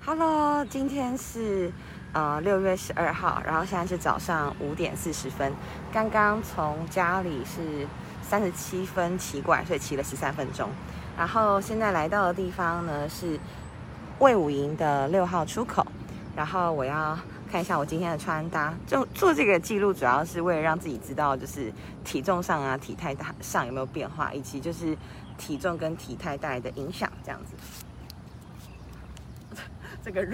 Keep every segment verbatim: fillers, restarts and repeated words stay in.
Hello， 今天是呃六月十二号，然后现在是早上五点四十分，刚刚从家里是三十七分骑过来，所以骑了十三分钟。然后现在来到的地方呢是卫武营的六号出口，然后我要看一下我今天的穿搭。就做这个记录，主要是为了让自己知道，就是体重上啊、体态上有没有变化，以及就是体重跟体态带来的影响，这样子。这个肉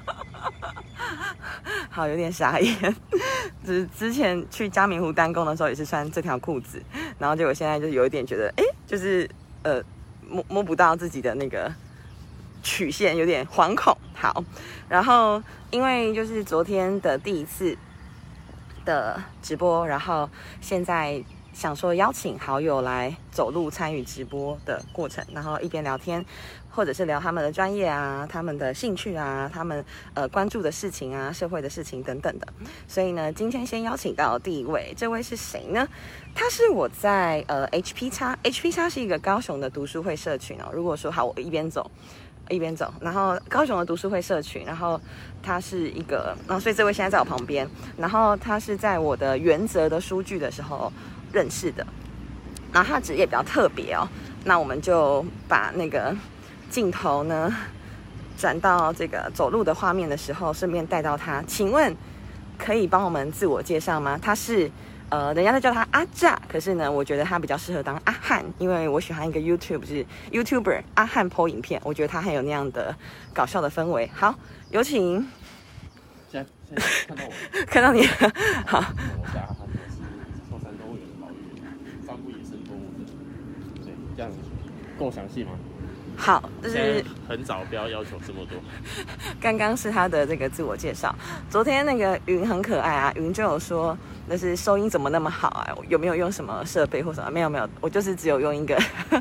好有点傻眼，就是之前去嘉明湖单攻的时候也是穿这条裤子，然后结果现在就是有一点觉得，哎，就是呃摸摸不到自己的那个曲线，有点惶恐。好，然后因为就是昨天的第一次的直播，然后现在想说邀请好友来走路参与直播的过程，然后一边聊天，或者是聊他们的专业啊、他们的兴趣啊、他们呃关注的事情啊、社会的事情等等的。所以呢，今天先邀请到第一位，这位是谁呢？他是我在呃 H P X H P X 是一个高雄的读书会社群哦。如果说好，我一边走一边走，然后高雄的读书会社群，然后他是一个，然后所以这位现在在我旁边，然后他是在我的原则的书剧的时候认识的，然后他的职业比较特别哦。那我们就把那个镜头呢转到这个走路的画面的时候，顺便带到他。请问可以帮我们自我介绍吗？他是呃，人家都叫他阿炸，可是呢，我觉得他比较适合当阿汉，因为我喜欢一个 YouTube 是 YouTuber 阿汉 po 影片，我觉得他很有那样的搞笑的氛围。好，有请。 现在现在看到我， 看到你，好。 我是阿汉，我是寿山动物园的保育员，照顾野生动物的。对，这样够详细吗？ 好，就是很早，不要要求这么多。 刚刚是他的这个自我介绍。昨天那个云很可爱啊，云就有说，就是收音怎么那么好啊？有没有用什么设备或什么？没有没有，我就是只有用一个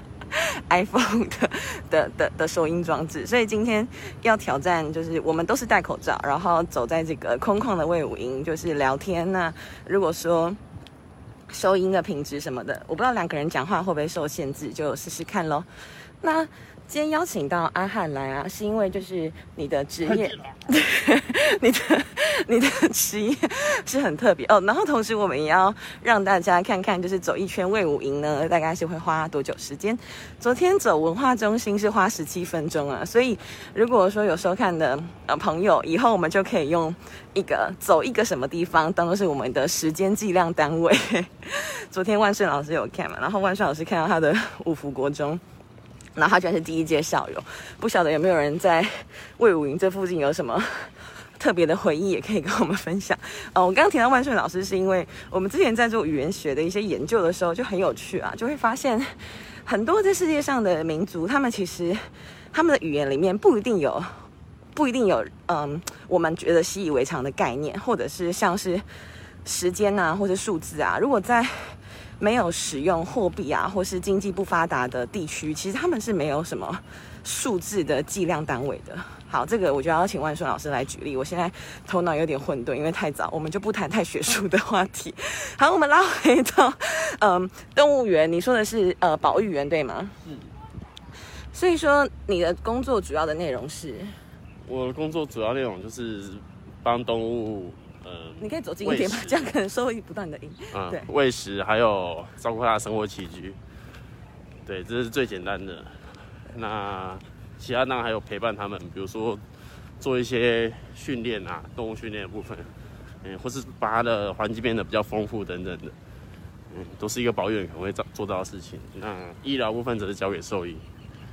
iPhone 的的的的收音装置。所以今天要挑战，就是我们都是戴口罩，然后走在这个空旷的卫武营，就是聊天。那如果说收音的品质什么的，我不知道两个人讲话会不会受限制，就试试看咯。那今天邀请到阿汉来啊，是因为就是你的职业，你的你的职业是很特别哦。然后同时我们也要让大家看看，就是走一圈卫武营呢，大概是会花多久时间？昨天走文化中心是花十七分钟啊，所以如果说有收看的呃朋友，以后我们就可以用一个走一个什么地方当做是我们的时间计量单位。昨天万顺老师有看嘛，然后万顺老师看到他的五福国中。然后他居然是第一届校友，不晓得有没有人在卫武营这附近有什么特别的回忆，也可以跟我们分享。呃，我刚刚提到万顺老师，是因为我们之前在做语言学的一些研究的时候，就很有趣啊，就会发现很多在世界上的民族，他们其实他们的语言里面不一定有，不一定有，嗯，我们觉得习以为常的概念，或者是像是时间啊，或者数字啊，如果在没有使用货币啊，或是经济不发达的地区，其实他们是没有什么数字的计量单位的。好，这个我就要请万顺老师来举例。我现在头脑有点混沌，因为太早，我们就不谈太学术的话题。好，我们拉回到嗯动物园，你说的是呃保育员对吗？ 嗯。 所以说你的工作主要的内容是？ 我的工作主要内容就是帮动物。呃， 你可以走近一点吗？这样可能收益不到你的音。 嗯， 对， 喂食还有照顾它的生活起居，对，这是最简单的。那其他当然还有陪伴他们，比如说做一些训练啊，动物训练的部分，嗯，或是把它的环境变得比较丰富等等的，嗯，都是一个保育员可能会做到的事情。那医疗部分则是交给兽医。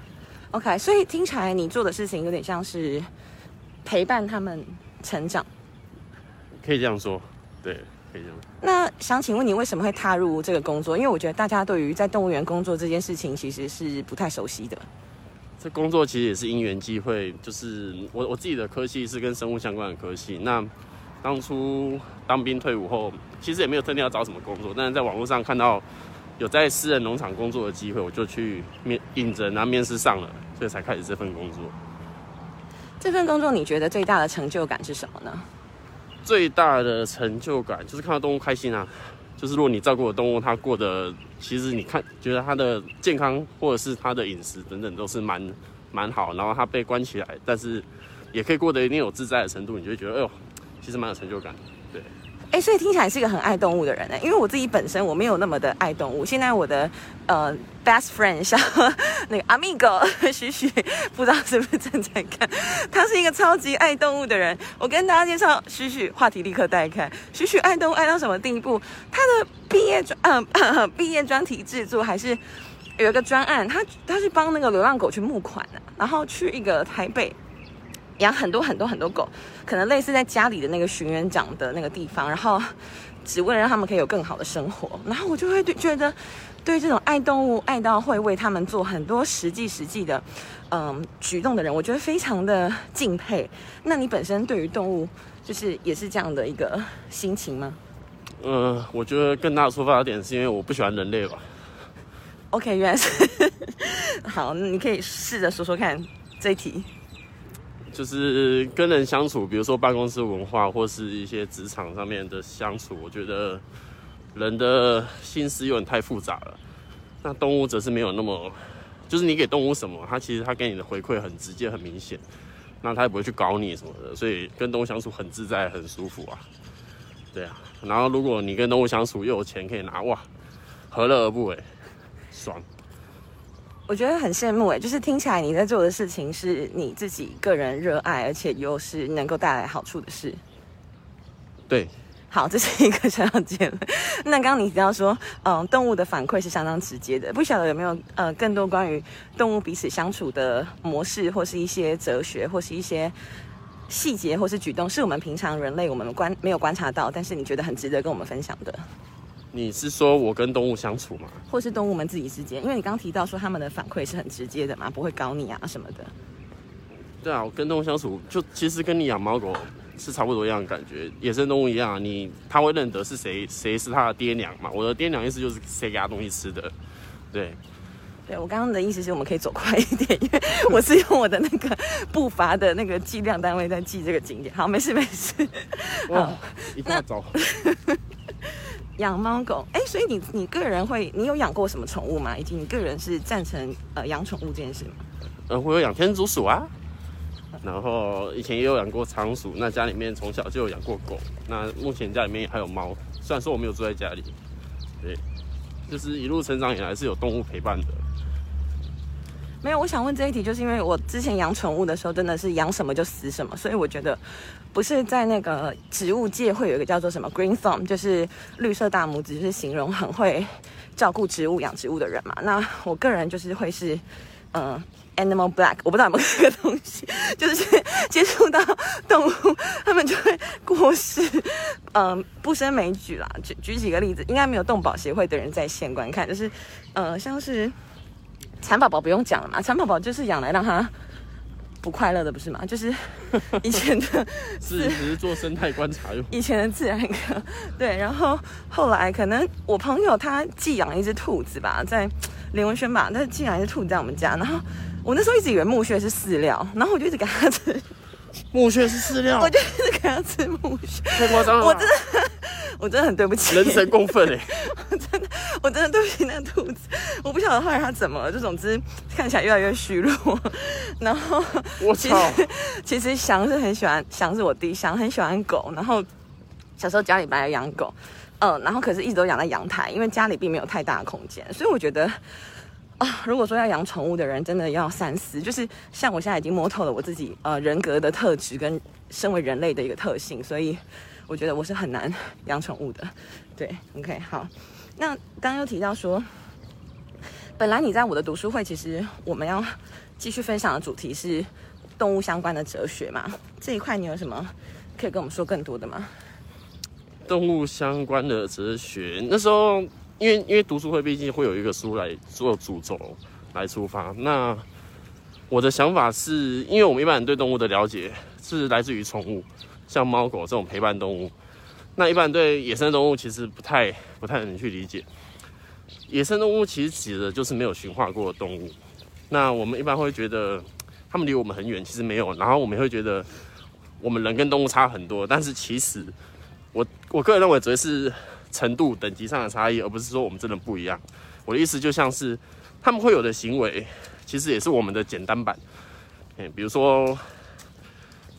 OK， 所以听起来你做的事情有点像是陪伴他们成长。 可以这样说，对，可以这样。 那想请问你为什么会踏入这个工作？因为我觉得大家对于在动物园工作这件事情其实是不太熟悉的。 这工作其实也是因缘际会，就是我我自己的科系是跟生物相关的科系。那当初当兵退伍后，其实也没有特定要找什么工作，但是在网络上看到有在私人农场工作的机会，我就去面应征，然后面试上了，所以才开始这份工作。 这份工作你觉得最大的成就感是什么呢？ 最大的成就感就是看到动物开心啊，就是如果你照顾的动物，它过得其实你看觉得它的健康或者是它的饮食等等都是蛮蛮好，然后它被关起来，但是也可以过得一定有自在的程度，你就会觉得，哎呦，其实蛮有成就感的。对。 哎，所以听起来是一个很爱动物的人呢。因为我自己本身我没有那么的爱动物。现在我的呃 best friend 像那个 amigo 许许，不知道是不是正在看，他是一个超级爱动物的人。我跟大家介绍许许，话题立刻带开。许许爱动物爱到什么地步？他的毕业专呃毕业专题制作还是有一个专案，他他是帮那个流浪狗去募款的，然后去一个台北。养很多很多很多狗，可能类似在家里的那个巡园长的那个地方，然后只为了让他们可以有更好的生活。然后我就会觉得，对这种爱动物爱到会为他们做很多实际实际的嗯举动的人，我觉得非常的敬佩。那你本身对于动物就是也是这样的一个心情吗？ 呃，我觉得更大的出发点是因为我不喜欢人类吧。 OK， 原来是好，你可以试着说说看这一题。 就是跟人相处，比如说办公室文化或是一些职场上面的相处，我觉得人的心思有点太复杂了。那动物则是没有那么，就是你给动物什么，它其实它给你的回馈很直接、很明显，那它也不会去搞你什么的，所以跟动物相处很自在、很舒服啊。对啊，然后如果你跟动物相处又有钱可以拿，哇，何乐而不为？爽。 我觉得很羡慕哎，就是听起来你在做的事情是你自己个人热爱，而且又是能够带来好处的事。 对， 好，这是一个小小结论。那刚刚你提到说，嗯，动物的反馈是相当直接的，不晓得有没有呃更多关于动物彼此相处的模式，或是一些哲学，或是一些细节，或是举动，是我们平常人类我们观没有观察到，但是你觉得很值得跟我们分享的。 你是说我跟动物相处吗？ 或是动物们自己之间？因为你刚刚提到说他们的反馈是很直接的嘛，不会搞你啊什么的。 对啊，我跟动物相处就其实跟你养猫狗是差不多一样的感觉，野生动物一样啊，你它会认得是谁谁是它的爹娘嘛。我的爹娘意思就是谁给它东西吃的，对。 对，我刚刚的意思是我们可以走快一点，因为我是用我的那个步伐的那个计量单位在记这个景点。好，没事没事。 哇，一大早。 养猫狗，哎，所以你你个人会，你有养过什么宠物吗？以及你个人是赞成呃养宠物这件事吗？ 呃，我有养天竺鼠啊，然后以前也有养过仓鼠，那家里面从小就有养过狗，那目前家里面还有猫，虽然说我没有住在家里，对，就是一路成长以来是有动物陪伴的。 没有，我想问这一题，就是因为我之前养宠物的时候，真的是养什么就死什么，所以我觉得不是在那个植物界会有一个叫做什么 green thumb， 就是绿色大拇指，就是形容很会照顾植物、养植物的人嘛。那我个人就是会是，嗯、呃、，animal black， 我不知道有没有这个东西，就是接触到动物，他们就会过世，嗯、呃，不胜枚举啦。举举几个例子，应该没有动保协会的人在线观看，就是，呃，像是。蚕宝宝不用讲了嘛，蚕宝宝就是养来让它不快乐的，不是吗？就是以前的是只是做生态观察用。 以前的自然课，对。然后后来可能我朋友他寄养了一只兔子吧，在林文轩吧，他寄养一只兔子在我们家，然后我那时候一直以为木屑是饲料，然后我就一直给他吃。 木屑是饲料， 我就一直给他吃木屑， 太夸张了。 我真的，我真的很对不起， 人神共愤哎！ 我真的，我真的对不起那个兔子，我不晓得后来它怎么了，就总之看起来越来越虚弱。然后我操， 其实翔是很喜欢，翔是我弟，翔很喜欢狗，然后小时候家里本来有养狗，嗯，然后可是一直都养在阳台，因为家里并没有太大的空间，所以我觉得。啊，如果说要养宠物的人，真的要三思。就是像我现在已经摸透了我自己呃人格的特质跟身为人类的一个特性，所以我觉得我是很难养宠物的。对 ，OK， 好。那刚刚又提到说，本来你在我的读书会，其实我们要继续分享的主题是动物相关的哲学嘛。这一块你有什么可以跟我们说更多的吗？ 动物相关的哲学，那时候。因为因为读书会毕竟会有一个书来做主轴来出发，那我的想法是，因为我们一般人对动物的了解是来自于宠物，像猫狗这种陪伴动物，那一般人对野生动物其实不太不太能去理解。野生动物其实指的就是没有驯化过的动物，那我们一般会觉得他们离我们很远，其实没有，然后我们会觉得我们人跟动物差很多，但是其实我我个人认为只是程度等级上的差异，而不是说我们真的不一样。我的意思就像是他们会有的行为，其实也是我们的简单版。比如说，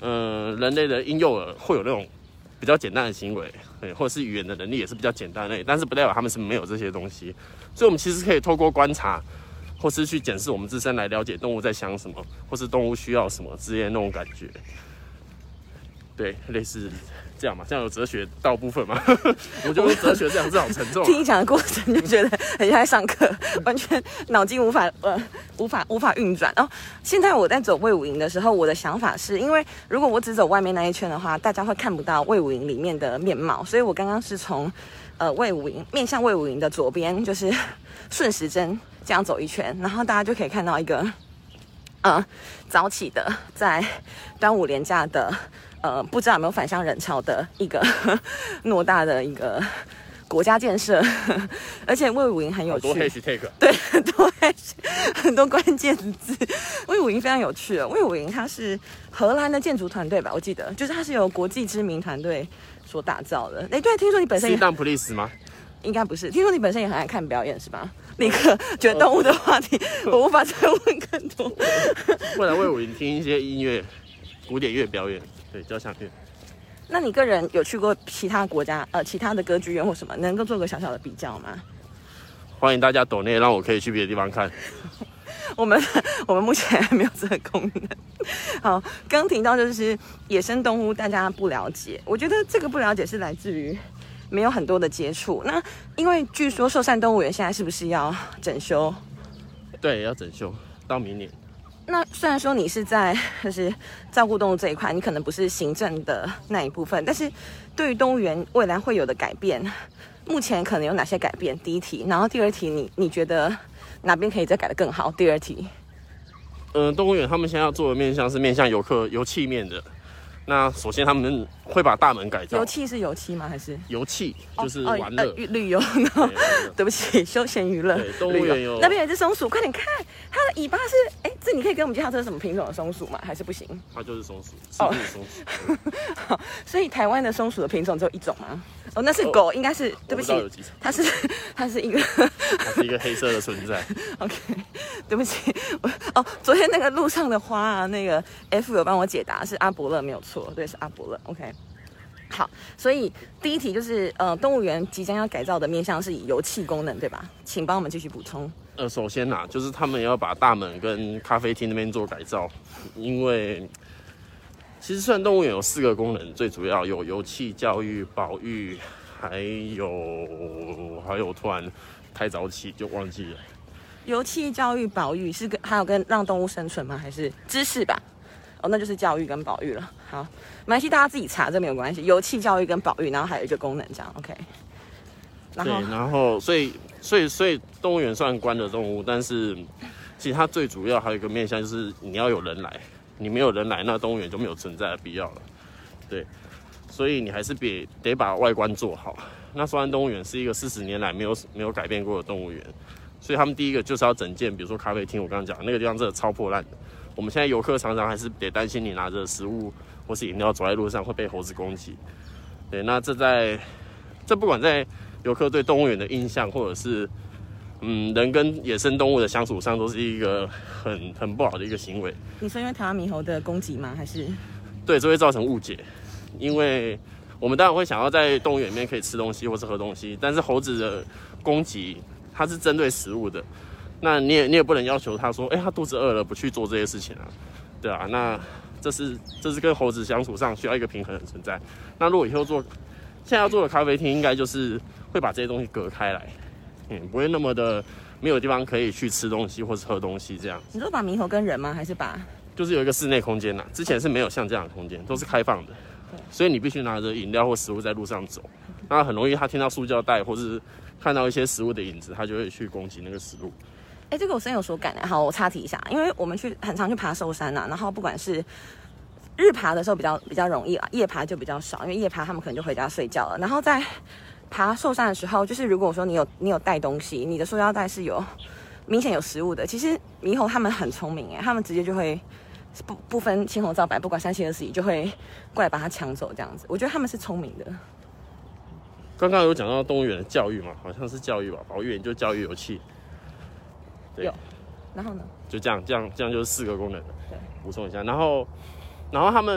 呃，人类的婴幼儿会有那种比较简单的行为，对，或者是语言的能力也是比较简单的，但是不代表他们是没有这些东西。所以，我们其实可以透过观察，或是去检视我们自身来了解动物在想什么，或是动物需要什么之类的那种感觉。对，类似这样嘛，这样有哲学到部分嘛？我觉得哲学这样子好沉重、啊。 听你讲的过程就觉得很像在上课，完全脑筋无法呃无法无法运转。然后现在我在走卫武营的时候，我的想法是因为如果我只走外面那一圈的话，大家会看不到卫武营里面的面貌，所以我刚刚是从呃卫武营面向卫武营的左边，就是顺时针这样走一圈，然后大家就可以看到一个呃早起的在端午连假的。呃，不知道有没有返乡人潮的一个偌大的一个国家建设，而且卫武营很有趣， 很多 hashtag， 对，很多 hashtag， 很多关键字。卫武营非常有趣的，卫武营它是荷兰的建筑团队吧，我记得，就是它是由国际知名团队所打造的。哎，对，听说你本身也 Sit down please 吗？ 应该不是，听说你本身也很爱看表演是吧？立刻觉得动物的话题，我无法再问更多。 未来卫武营听一些音乐，古典乐表演。对，交响乐。 那你个人有去过其他国家呃其他的歌剧院或什么，能够做个小小的比较吗？ 欢迎大家抖内，让我可以去别的地方看。 我们我们目前还没有这个功能。好，刚提到就是野生动物，大家不了解，我觉得这个不了解是来自于没有很多的接触。那因为据说寿山动物园现在是不是要整修？ 对，要整修到明年。 那虽然说你是在就是照顾动物这一块，你可能不是行政的那一部分，但是对于动物园未来会有的改变，目前可能有哪些改变？第一题，然后第二题你，你你觉得哪边可以再改得更好？第二题， 嗯、呃，动物园他们现在要做的面向是面向游客油气面的。那首先他们会把大门改造。 油气是油漆吗？还是油气就是玩乐、 哦呃、旅游？对, 对不起，休闲娱乐。 对，动物园有那边有一只松鼠，快点看，它的尾巴是哎，这你可以给我们介绍这是什么品种的松鼠吗？还是不行？ 它就是松鼠，是不是松鼠？ 好，所以台湾的松鼠的品种只有一种吗？哦，那是狗，哦、应该是对不起，它是它是一个， 它是一个黑色的存在。 OK， 对不起，我哦，昨天那个路上的花啊，那个 F 有帮我解答是阿伯乐没有错，对，是阿伯乐。OK， 好，所以第一题就是呃，动物园即将要改造的面向是以油气功能，对吧？请帮我们继续补充。 呃，首先呐、啊，就是他们要把大门跟咖啡厅那边做改造，因为。其实，虽然动物园有四个功能，最主要有油气、教育、保育，还有还有突然太早起就忘记了。 油气、教育、保育是跟还有跟让动物生存吗？还是知识吧？哦，那就是教育跟保育了。好，没关系，大家自己查，这没有关系。油气、教育跟保育，然后还有一个功能，这样 OK。然后对，然后所以所以所以动物园算关的动物，但是其实它最主要还有一个面向就是你要有人来。你没有人来，那动物园就没有存在的必要了。对，所以你还是得得把外观做好。那寿山动物园是一个四十年来没有没有改变过的动物园，所以他们第一个就是要整建，比如说咖啡厅，我刚刚讲那个地方真的超破烂的。我们现在游客常常还是得担心你拿着食物或是饮料走在路上会被猴子攻击。对，那这在这不管在游客对动物园的印象，或者是嗯，人跟野生动物的相处上，都是一个很很不好的一个行为。 你说因为台湾猕猴的攻击吗？还是？ 对，这会造成误解。因为我们当然会想要在动物园里面可以吃东西或是喝东西，但是猴子的攻击它是针对食物的，那你也你也不能要求它说，哎、欸，它肚子饿了不去做这些事情啊，对啊，那这是这是跟猴子相处上需要一个平衡的存在。那如果以后做现在要做的咖啡厅，应该就是会把这些东西隔开来。嗯，不会那么的没有地方可以去吃东西或是喝东西这样。 你说把猕猴跟人吗？还是把？ 就是有一个室内空间呐，之前是没有像这样的空间，都是开放的，所以你必须拿着饮料或食物在路上走，那很容易他听到塑胶袋或是看到一些食物的影子，他就会去攻击那个食物。 哎、欸，这个我深有所感的。好，我插题一下，因为我们去很常去爬寿山呐、啊，然后不管是日爬的时候比较比较容易啦，夜爬就比较少，因为夜爬他们可能就回家睡觉了，然后在爬寿山的时候，就是如果说你有你有带东西，你的塑胶袋是有明显有食物的，其实猕猴他们很聪明哎，他们直接就会不不分青红皂白，不管三七二十一，就会过来把它抢走这样子。我觉得他们是聪明的。 刚刚有讲到动物园的教育嘛，好像是教育吧，保育员就教育油气。 对，有。然后呢？ 就这样，这样这样就是四个功能。 对， 补充一下，然后然后他们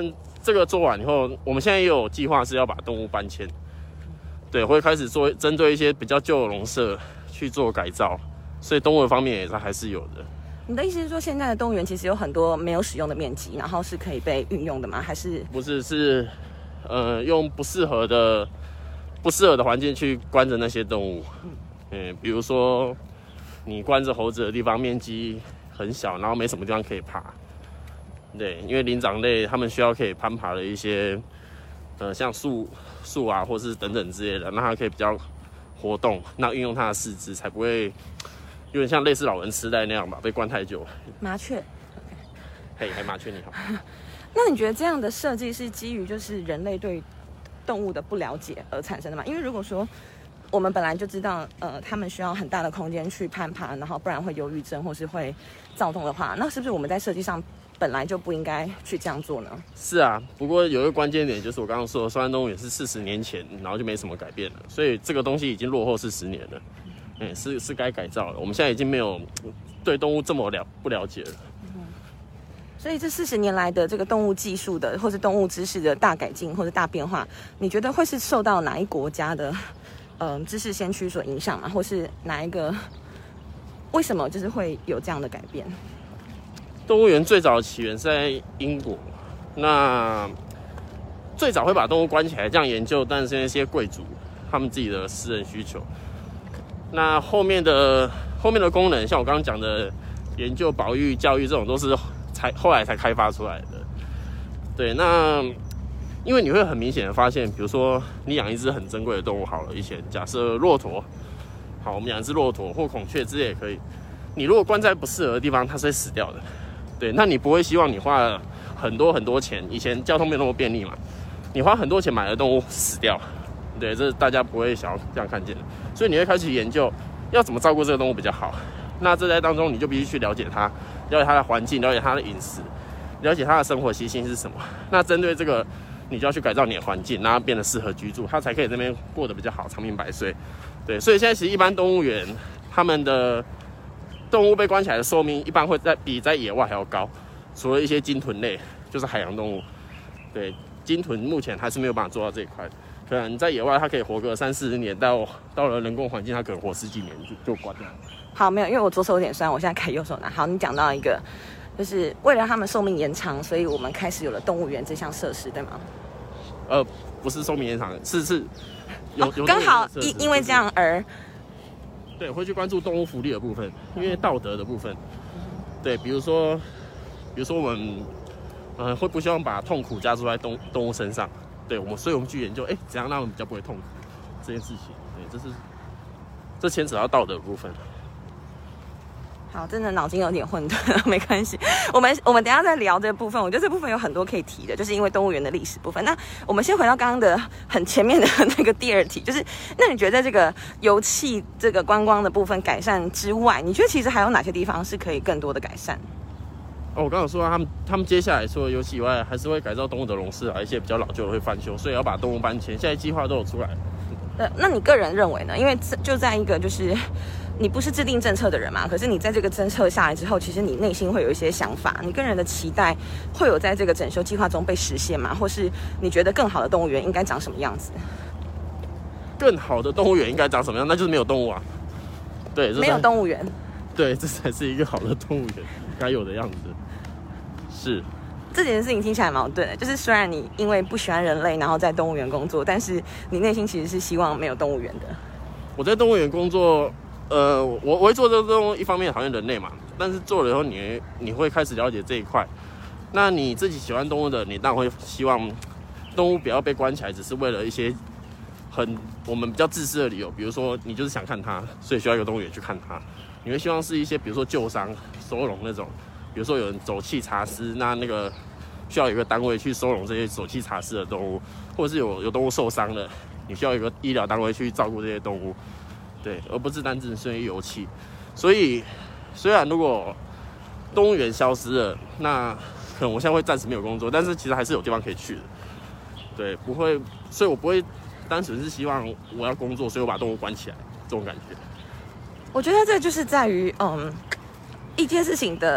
这个做完以后，我们现在也有计划是要把动物搬迁，对，会开始做针对一些比较旧的笼舍去做改造，所以动物的方面也是还是有的。 你的意思是说，现在的动物园其实有很多没有使用的面积，然后是可以被运用的吗？还是不是是呃用不适合的不适合的环境去关着那些动物？嗯，嗯比如说你关着猴子的地方面积很小，然后没什么地方可以爬。对，因为灵长类它们需要可以攀爬的一些呃像树树啊，或是等等之类的，让它可以比较活动，那运用它的四肢，才不会有点像类似老人痴呆那样吧，被关太久。 麻雀， 嘿，还麻雀你好。 那你觉得这样的设计是基于就是人类对动物的不了解而产生的吗？因为如果说我们本来就知道，呃，他们需要很大的空间去攀爬，然后不然会忧郁症或是会躁动的话，那是不是我们在设计上本来就不应该去这样做呢？ 是啊，不过有一个关键点就是我刚刚说的，双安动物园是四十年前，然后就没什么改变了，所以这个东西已经落后四十年了，嗯，是是该改造了。我们现在已经没有对动物这么了不了解了。 所以这四十年来的这个动物技术的，或是动物知识的大改进或者大变化，你觉得会是受到哪一国家的，呃，知识先驱所影响吗？或是哪一个？为什么就是会有这样的改变？ 动物园最早的起源是在英国，那最早会把动物关起来这样研究，但是那些贵族他们自己的私人需求。那后面的后面的功能，像我刚刚讲的研究、保育、教育这种，都是才后来才开发出来的。对，那因为你会很明显的发现，比如说你养一只很珍贵的动物好了，以前假设骆驼，好，我们养一只骆驼或孔雀之类也可以。你如果关在不适合的地方，它是会死掉的。对，那你不会希望你花了很多很多钱，以前交通没有那么便利嘛，你花很多钱买的动物死掉，对，这大家不会想要这样看见的，所以你会开始研究要怎么照顾这个动物比较好。那这在当中你就必须去了解它，了解它的环境，了解它的饮食，了解它的生活习性是什么。那针对这个，你就要去改造你的环境，让它变得适合居住，它才可以在那边过得比较好，长命百岁。对，所以现在其实一般动物园他们的动物被关起来的寿命一般会在比在野外还要高，除了一些鲸豚类，就是海洋动物。对，鲸豚目前还是没有办法做到这一块，可能在野外它可以活个三四十年，到到了人工环境，它可能活十几年就就关了。 好，没有，因为我左手有点酸，我现在改右手拿。好，你讲到一个，就是为了他们寿命延长，所以我们开始有了动物园这项设施，对吗？ 呃，不是寿命延长，是是有有刚、哦、好因因为这样而。 对，会去关注动物福利的部分，因为道德的部分，对，比如说，比如说我们，呃，会不希望把痛苦加注在动动物身上，对我们，所以我们去研究，哎，怎样让他们比较不会痛苦这件事情，对，这是这牵扯到道德的部分。 好，真的脑筋有点混沌，没关系。我们我们等一下再聊这部分，我觉得这部分有很多可以提的，就是因为动物园的历史部分。那我们先回到刚刚的很前面的那个第二题，就是那你觉得这个油气这个观光的部分改善之外，你觉得其实还有哪些地方是可以更多的改善？ 哦，我刚刚说他们他们接下来除了油气以外，还是会改造动物的笼室啊，一些比较老旧的会翻修，所以要把动物搬迁，现在计划都有出来。 呃，那你个人认为呢？因为就在一个就是你不是制定政策的人嘛，可是你在这个政策下来之后，其实你内心会有一些想法，你个人的期待会有在这个整修计划中被实现吗？或是你觉得更好的动物园应该长什么样子？ 更好的动物园应该长什么样？那就是没有动物啊。对， 没有动物园。 对，这才是一个好的动物园该有的样子。是。 这件事情听起来矛盾的，就是虽然你因为不喜欢人类，然后在动物园工作，但是你内心其实是希望没有动物园的。 我在动物园工作，呃，我我会做这种一方面讨厌人类嘛，但是做了以后你你会开始了解这一块。那你自己喜欢动物的，你当然会希望动物不要被关起来，只是为了一些很我们比较自私的理由，比如说你就是想看它，所以需要一个动物园去看它。你会希望是一些比如说救伤、收容那种。比如说有人走气查尸，那那个需要有一个单位去收容这些走气查尸的动物，或者是有有动物受伤了，你需要有一个医疗单位去照顾这些动物，对，而不是单纯是因为油气。所以虽然如果动物园消失了，那可能我现在会暂时没有工作，但是其实还是有地方可以去的，对，不会，所以我不会单纯是希望我要工作，所以我把动物关起来这种感觉。 我觉得这就是在于嗯一件事情的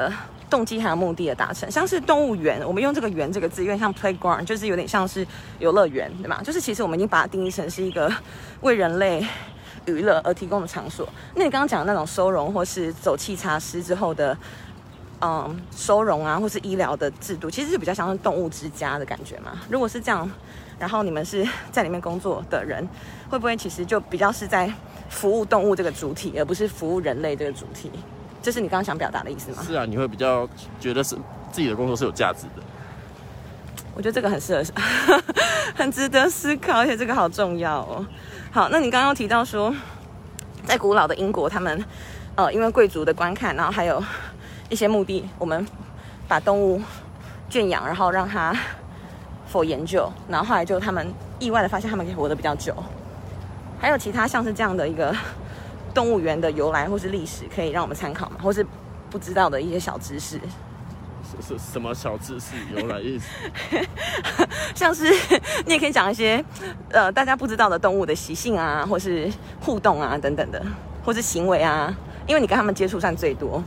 动机还有目的的达成。像是动物园，我们用这个园这个字，有点像 playground， 就是有点像是游乐园，对吗？就是其实我们已经把它定义成是一个为人类娱乐而提供的场所。那你刚刚讲的那种收容或是走气查师之后的嗯收容啊，或是医疗的制度，其实是比较像是动物之家的感觉嘛。如果是这样，然后你们是在里面工作的人，会不会其实就比较是在服务动物这个主体，而不是服务人类这个主体？这是你刚刚想表达的意思吗？ 是啊，你会比较觉得是自己的工作是有价值的。 我觉得这个很适合，很值得思考，而且这个好重要哦。好，那你刚刚提到说，在古老的英国，他们呃因为贵族的观看，然后还有一些目的，我们把动物圈养，然后让它for研究，然后后来就他们意外的发现，他们可以活得比较久。还有其他像是这样的一个动物园的由来或是历史，可以让我们参考吗？或是不知道的一些小知识？ 是是什么小知识由来意思？ 像是你也可以讲一些呃大家不知道的动物的习性啊，或是互动啊等等的，或是行为啊，因为你跟他们接触算最多。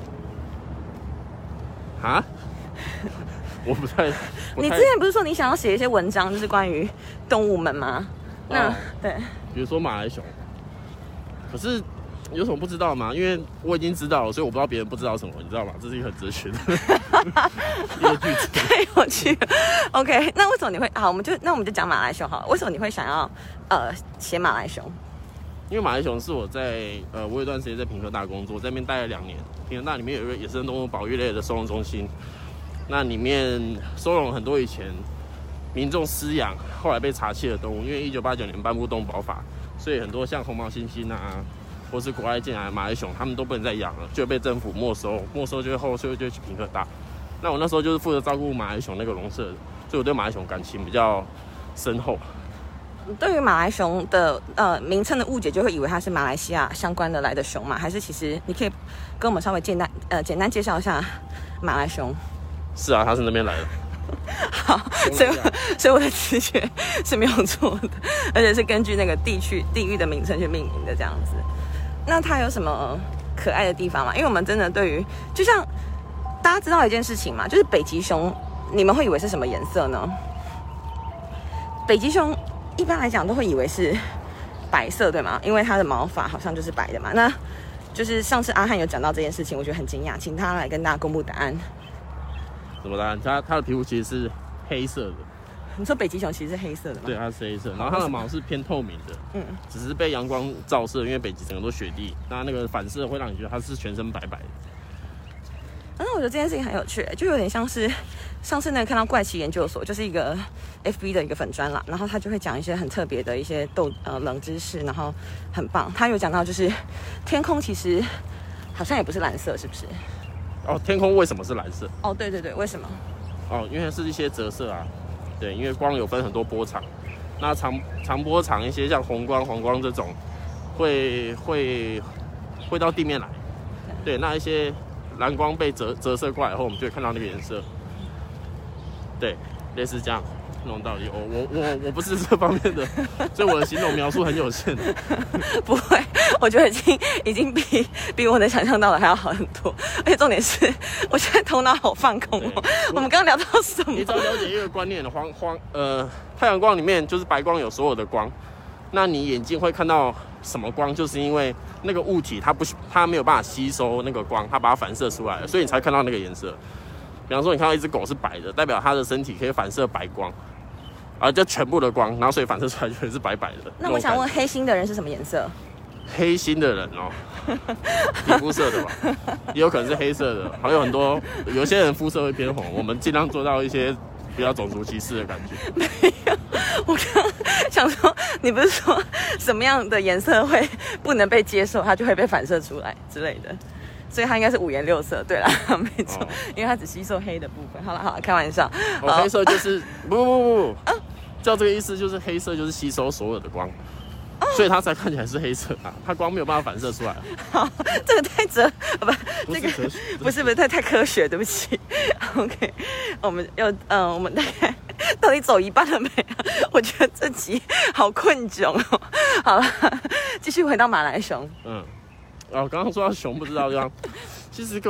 啊？我不太， 你之前不是说你想要写一些文章，就是关于动物们吗？那、哦、对， 比如说马来熊，可是有什么不知道吗？因为我已经知道了，所以我不知道别人不知道什么，你知道吗？这是一个很哲学的一个句子， 太有趣了。OK， 那为什么你会好？我们就那我们就讲马来熊好了。为什么你会想要呃写马来熊？ 因为马来熊是我在呃，我有一段时间在屏科大工作，在那边待了两年。屏科大里面有一个野生动物保育类的收容中心。那里面收容很多以前民众饲养后来被查缉的动物，因为一九八九年颁布动物保法，所以很多像红毛猩猩啊，或是国外进来的马来熊，他们都不能再养了，就被政府没收，没收就后就就去屏科大。那我那时候就是负责照顾马来熊那个笼舍的，所以我对马来熊感情比较深厚。 对于马来熊的呃名称的误解，就会以为它是马来西亚相关的来的熊嘛？还是其实你可以跟我们稍微简单呃简单介绍一下马来熊？ 是啊，他是那边来的。 好，所以所以我的直觉是没有错的，而且是根据那个地区地域的名称去命名的这样子。那它有什么可爱的地方吗？因为我们真的对于，就像大家知道一件事情嘛，就是北极熊，你们会以为是什么颜色呢？北极熊一般来讲都会以为是白色，对吗？因为它的毛发好像就是白的嘛。那就是上次阿汉有讲到这件事情，我觉得很惊讶，请他来跟大家公布答案。 什么答案？它它的皮肤其实是黑色的。 你说北极熊其实是黑色的吗？ 对，它是黑色，然后它的毛是偏透明的，嗯，只是被阳光照射，因为北极整个都雪地，那那个反射会让你觉得它是全身白白的。 那、啊、我觉得这件事情很有趣，就有点像是上次那个看到怪奇研究所，就是一个 F B 的一个粉专啦，然后他就会讲一些很特别的一些斗呃冷知识，然后很棒。他有讲到就是天空其实好像也不是蓝色，是不是？ 哦，天空为什么是蓝色？ 哦，对对对，为什么？ 哦，因为是一些折射啊，对，因为光有分很多波长，那长长波长一些像红光、黄光这种，会会会到地面来，对，那一些蓝光被折折射过来后，我们就会看到那个颜色，对，类似这样。那种道理，我我我我不是这方面的，所以我的形容描述很有限。 不会，我觉得已经已经比比我能想象到的还要好很多。而且重点是，我现在头脑好放空哦。我们刚刚聊到什么？ 你只要了解一个观念，黄黄呃，太阳光里面就是白光有所有的光，那你眼睛会看到什么光，就是因为那个物体它不它没有办法吸收那个光，它把它反射出来了，所以你才看到那个颜色。比方说，你看到一只狗是白的，代表它的身体可以反射白光。啊，就全部的光，然后所以反射出来就是白白的。 那我想问，黑心的人是什么颜色？ 黑心的人哦，皮肤色的吧，也有可能是黑色的。还有很多，有些人肤色会偏红，我们尽量做到一些比较种族歧视的感觉。 没有，我刚想说，你不是说什么样的颜色会不能被接受，它就会被反射出来之类的？所以它应该是五颜六色，对啦，没错，哦、因为它只吸收黑的部分。好了好了，开玩笑。 哦，黑色就是不不不不，啊、照这个意思就是黑色就是吸收所有的光，哦、所以它才看起来是黑色啊，它光没有办法反射出来。 好，这个太哲，不， 不是哲学， 不是不是太太科学，对不起。OK， 我们要嗯，我们大概到底走一半了没？我觉得这集好困窘哦。好了，继续回到马来熊。嗯。 哦，刚刚说到熊不知道这样，其实各位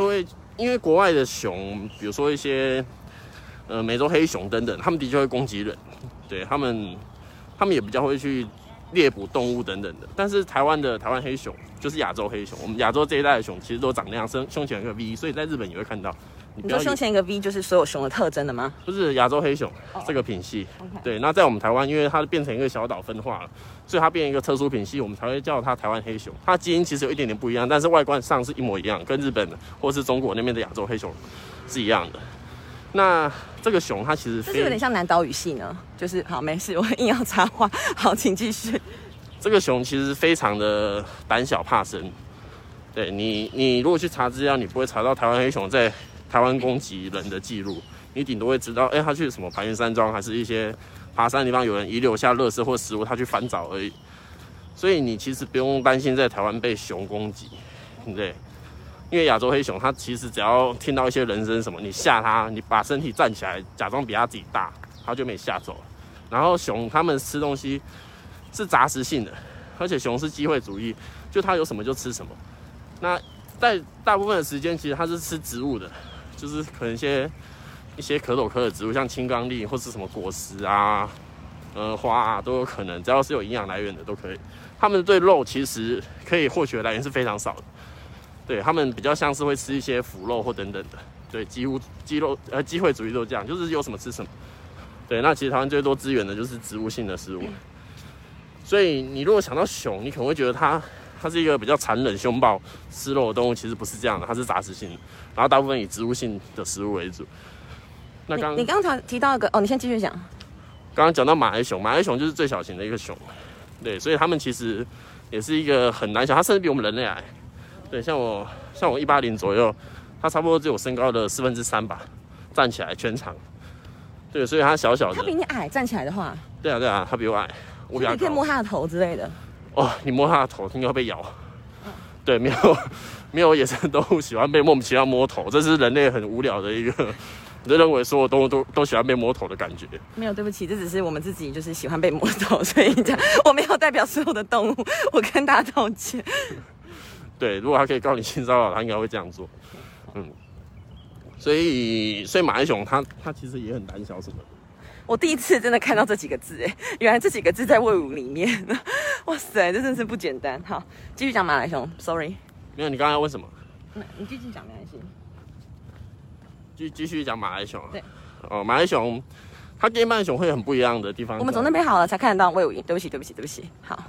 因为国外的熊，比如说一些呃美洲黑熊等等，他们的确会攻击人，对他们，他们也比较会去猎捕动物等等的。但是台湾的台湾黑熊就是亚洲黑熊，我们亚洲这一代的熊其实都长那样，胸胸前有个 V， 所以在日本也会看到。 你说胸前一个 V 就是所有熊的特征的吗？ 不是亚洲黑熊、oh. 这个品系， okay. 对。那在我们台湾，因为它变成一个小岛分化了，所以它变成一个特殊品系，我们才会叫它台湾黑熊。它基因其实有一点点不一样，但是外观上是一模一样，跟日本的或是中国那边的亚洲黑熊是一样的。那这个熊它其实这是有点像南岛语系呢，就是好没事，我硬要插话，好，请继续。 这个熊其实非常的胆小怕生，对你，你如果去查资料，你不会查到台湾黑熊在台湾攻击人的记录，你顶多会知道，哎、欸，他去什么排云山庄，还是一些爬山的地方有人遗留下垃圾或食物，他去翻找而已。所以你其实不用担心在台湾被熊攻击，对不对？因为亚洲黑熊它其实只要听到一些人声什么，你吓它，你把身体站起来，假装比它自己大，它就没吓走了。然后熊它们吃东西是杂食性的，而且熊是机会主义，就它有什么就吃什么。那在大部分的时间，其实它是吃植物的。就是可能一些一些可斗科的植物，像青冈栎或是什么果实啊、呃花啊，都有可能，只要是有营养来源的都可以。他们对肉其实可以获取的来源是非常少的，对他们比较像是会吃一些腐肉或等等的，对，几乎鸡肉呃机会主义都这样，就是有什么吃什么。对，那其实台湾最多资源的就是植物性的食物，所以你如果想到熊，你可能会觉得它。它是一个比较残忍、凶暴、吃肉的动物，其实不是这样的，它是杂食性的，然后大部分以植物性的食物为主。那刚你刚刚提到一个哦，你先继续讲。 刚刚讲到马来熊，马来熊就是最小型的一个熊，对，所以它们其实也是一个很难小，它甚至比我们人类矮。对，像我像我一八零左右，它差不多只有身高的四分之三吧，站起来全长。对，所以它小小的。 它比你矮，站起来的话。 对啊对啊，它比我矮，我比它高。 你可以摸它的头之类的。 哦，你摸它的头，应该会被咬。嗯、对，没有没有野生动物喜欢被莫名其妙摸头，这是人类很无聊的一个，就认为所有动物都都喜欢被摸头的感觉。 没有，对不起，这只是我们自己就是喜欢被摸头，所以这样我没有代表所有的动物，我跟大家道歉。 对，如果他可以告你性骚扰，他应该会这样做。嗯，所以所以马来熊它它其实也很胆小什么的。 我第一次真的看到这几个字，哎，原来这几个字在魏武里面，哇塞，这真是不简单。好，继续讲马来熊 ，sorry。 没有，你刚刚要问什么？ 你继续讲没关系。 继继续讲马来熊。 对。 哦，马来熊，它跟一般的熊会很不一样的地方。 我们走那边好了，才看得到魏武营。对不起，对不起，对不起。好。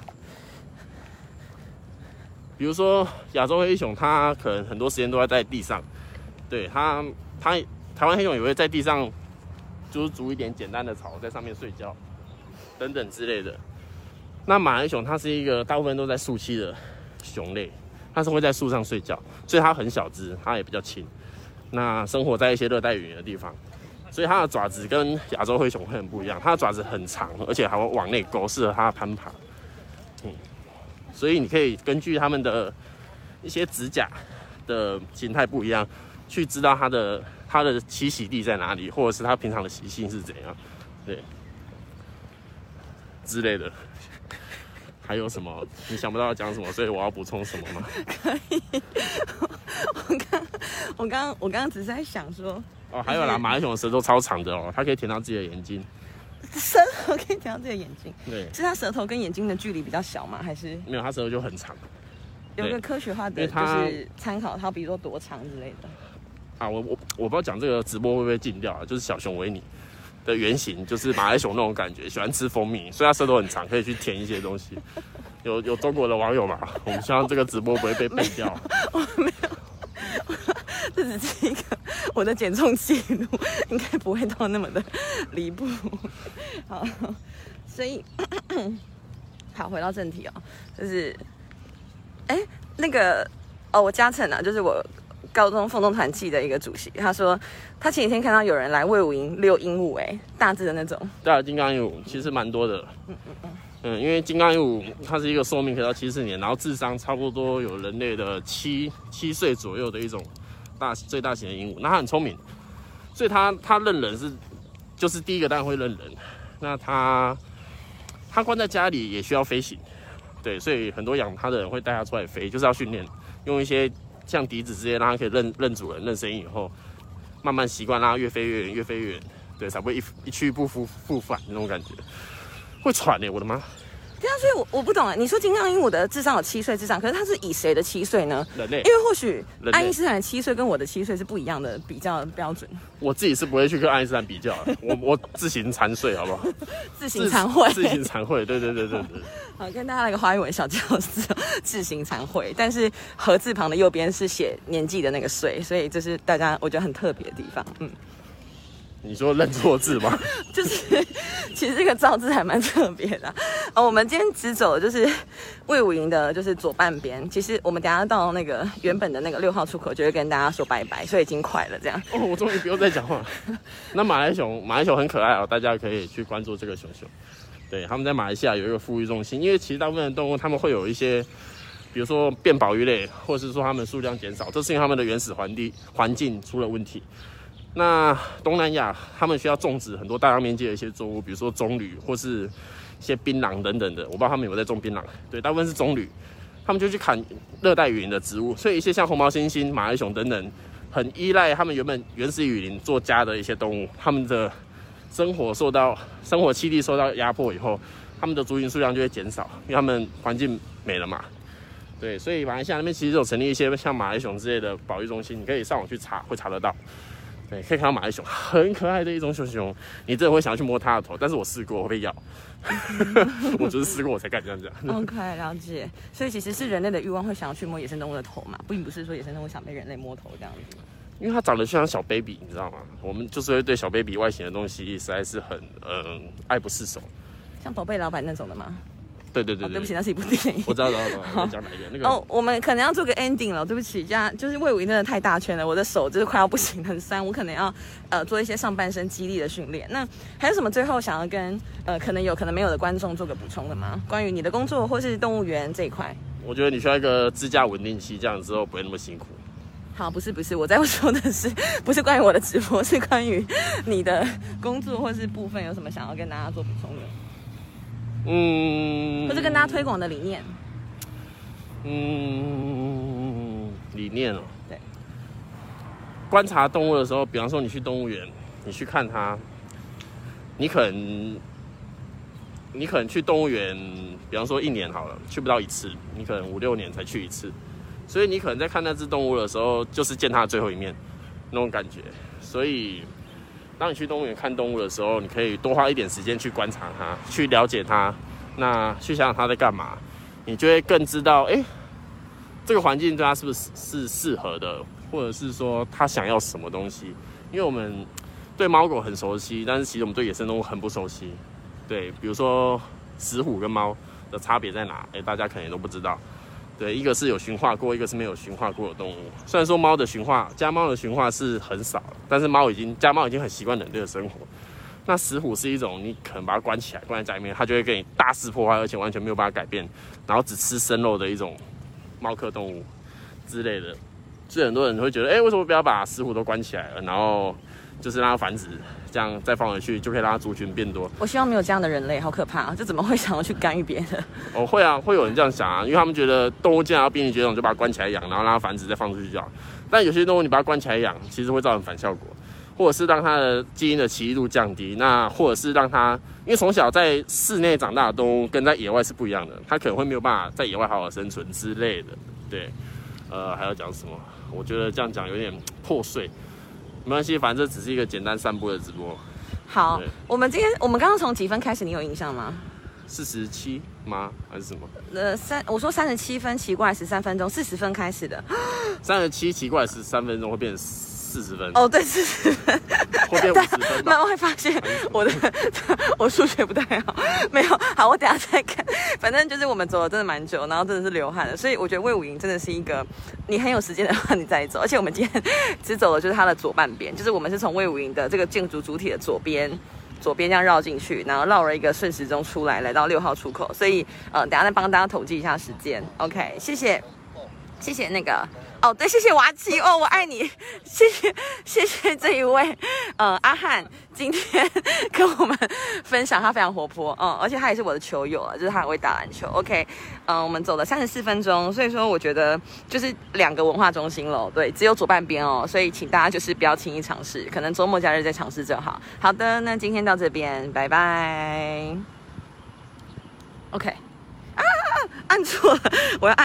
比如说亚洲黑熊，它可能很多时间都在在地上，对它，它台湾黑熊也会在地上。就是煮一点简单的草，在上面睡觉，等等之类的。那马来熊它是一个大部分都在树栖的熊类，它是会在树上睡觉，所以它很小只，它也比较轻。那生活在一些热带雨林的地方，所以它的爪子跟亚洲黑熊会很不一样，它的爪子很长，而且还会往内勾，适合它攀爬。嗯，所以你可以根据它们的一些指甲的形态不一样，去知道它的。它的栖息地在哪里，或者是它平常的习性是怎样，对，之类的。还有什么？你想不到要讲什么，所以我要补充什么吗？ 可以。我刚，我刚，我刚刚只是在想说， 哦，还有啦，马来熊的舌头超长的哦，它可以舔到自己的眼睛。 舌头可以舔到自己的眼睛？对，是它舌头跟眼睛的距离比较小吗？还是没有？它舌头就很长。 有个科学化的，就是参考它，比如说多长之类的。 啊，我我我不知道讲这个直播会不会禁掉啊？就是小熊维尼的原型，就是马来熊那种感觉，喜欢吃蜂蜜，所以它舌头很长，可以去舔一些东西。有有中国的网友嘛？我们希望这个直播不会被背掉。 我没有，这只是一个我的减重记录，应该不会到那么的离谱。好，所以好，回到正题哦，就是，哎、欸，那个哦，我嘉诚啊，就是我。高中凤动团契的一个主席，他说他前几天看到有人来魏武营遛鹦鹉，哎，大只的那种。 对啊，金刚鹦鹉其实蛮多的。嗯嗯嗯。嗯，因为金刚鹦鹉它是一个寿命可以到七四年，然后智商差不多有人类的七七岁左右的一种大最大型的鹦鹉。那它很聪明，所以它它认人是就是第一个当然会认人。那它它关在家里也需要飞行，对，所以很多养它的人会带它出来飞，就是要训练，用一些。 像笛子之类，让它可以认认主人、认声音以后，慢慢习惯，让它越飞越远，越飞越远，对，才不会一一去不复复返那种感觉。会喘呢、欸，我的妈！ 对啊，所以我我不懂啊。你说金刚鹦鹉的智商有七岁智商，可是它是以谁的七岁呢？ 人类。 因为或许爱因斯坦的七岁跟我的七岁是不一样的比较标准。 我自己是不会去跟爱因斯坦比较的，我我自行惭愧，好不好？ 自行惭愧， 自行惭愧，对对对对对。 好，跟大家来个华语文小教室，自行惭愧。但是禾字旁的右边是写年纪的那个岁，所以这是大家我觉得很特别的地方。嗯。 你说认错字吗？ 就是其实这个造字还蛮特别的啊、哦。我们今天只走的就是卫武营的，就是左半边。其实我们等一下到那个原本的那个六号出口，就会跟大家说拜拜，所以已经快了这样。 哦，我终于不用再讲话。那马来熊，马来熊很可爱哦，大家可以去关注这个熊熊。对，他们在马来西亚有一个富裕中心，因为其实大部分的动物他们会有一些，比如说变保育类，或是说他们数量减少，这是因为他们的原始环地环境出了问题。那东南亚他们需要种植很多大量面积的一些作物，比如说棕榈或是一些槟榔等等的。我不知道他们有没有在种槟榔，对，大部分是棕榈，他们就去砍热带雨林的植物，所以一些像红毛猩猩、马来熊等等，很依赖他们原本原始雨林做家的一些动物，他们的生活受到生活栖地受到压迫以后，他们的族群数量就会减少，因为他们环境没了嘛。对，所以马来西亚那边其实有成立一些像马来熊之类的保育中心，你可以上网去查，会查得到。对，可以看到马来熊很可爱的一种熊熊，你真的会想要去摸它的头，但是我试过，我会被咬。我就是试过我才敢这样讲。 OK， 了解。所以其实是人类的欲望会想要去摸野生动物的头嘛，并不是说野生动物想被人类摸头这样子。 因为它长得就像小 baby， 你知道吗？我们就是会对小 baby 外形的东西实在是很嗯、呃、爱不释手。 像宝贝老板那种的吗？ 对对对 对,、 哦、对不起，那是一部电影。 我知道，知道，知道。讲哪一个？那个哦，我们可能要做个 ending 了。对不起，这样就是卫武营真的太大圈了，我的手就是快要不行，很酸。我可能要呃做一些上半身肌力的训练。那还有什么最后想要跟呃可能有可能没有的观众做个补充的吗？关于你的工作或是动物园这一块？ 我觉得你需要一个支架稳定器，这样之后不会那么辛苦。 好，不是不是，我在说的是不是关于我的直播，是关于你的工作或是部分有什么想要跟大家做补充的？ 嗯， 或是跟大家推广的理念。 嗯，理念哦。 对。 观察动物的时候，比方说你去动物园，你去看它，你可能，你可能去动物园，比方说一年好了，去不到一次，你可能五六年才去一次，所以你可能在看那只动物的时候，就是见它的最后一面，那种感觉。所以。当你去动物园看动物的时候，你可以多花一点时间去观察它，去了解它，那去想想它在干嘛，你就会更知道，哎、欸，这个环境对它是不是是适合的，或者是说它想要什么东西。因为我们对猫狗很熟悉，但是其实我们对野生动物很不熟悉。对，比如说石虎跟猫的差别在哪？哎、欸，大家可能也都不知道。对，一个是有驯化过，一个是没有驯化过的动物。虽然说猫的驯化，家猫的驯化是很少，但是猫已经家猫已经很习惯人类的生活。那石虎是一种你可能把它关起来，关在家里面，它就会给你大肆破坏，而且完全没有办法改变，然后只吃生肉的一种猫科动物之类的。所以很多人会觉得，哎、欸，为什么不要把石虎都关起来了，然后就是让它繁殖？这样再放回去，就可以让它族群变多。 我希望没有这样的人类，好可怕啊！这怎么会想要去干预别人？ 哦，会啊，会有人这样想啊，因为他们觉得动物既然要濒临绝种，就把它关起来养，然后让它繁殖再放出去就好。但有些动物你把它关起来养，其实会造成反效果，或者是让它的基因的奇异度降低，那或者是让它，因为从小在室内长大的动物跟在野外是不一样的，它可能会没有办法在野外好好生存之类的。对，呃，还要讲什么？我觉得这样讲有点破碎。没关系，反正这只是一个简单散步的直播。 好，我们今天我们刚刚从几分开始？你有印象吗？ 四十七吗？还是什么？ 呃，三，我说三十七分，奇怪，十三分钟，四十分开始的。 三十七奇怪，十三分钟会变成四十分。 哦，对，四十分， 会变五十分。 慢慢会发现我的我数学不太好，没有。好，我等一下再看。反正就是我们走了真的蛮久，然后真的是流汗了，所以我觉得卫武营真的是一个，你很有时间的话你再走。而且我们今天只走的就是它的左半边，就是我们是从卫武营的这个建筑主体的左边。左边这样绕进去，然后绕了一个顺时钟出来，来到六号出口。所以，呃，等一下再帮大家统计一下时间。OK， 谢谢。 谢谢那个哦，对，谢谢瓦奇哦，我爱你，谢谢谢谢这一位，呃，阿汉今天跟我们分享，他非常活泼，嗯，而且他也是我的球友啊，就是他很会打篮球。OK， 嗯、呃，我们走了三十四分钟，所以说我觉得就是两个文化中心咯，对，只有左半边哦，所以请大家就是不要轻易尝试，可能周末假日再尝试就好。好的，那今天到这边，拜拜。OK， 啊，按错了，我要按。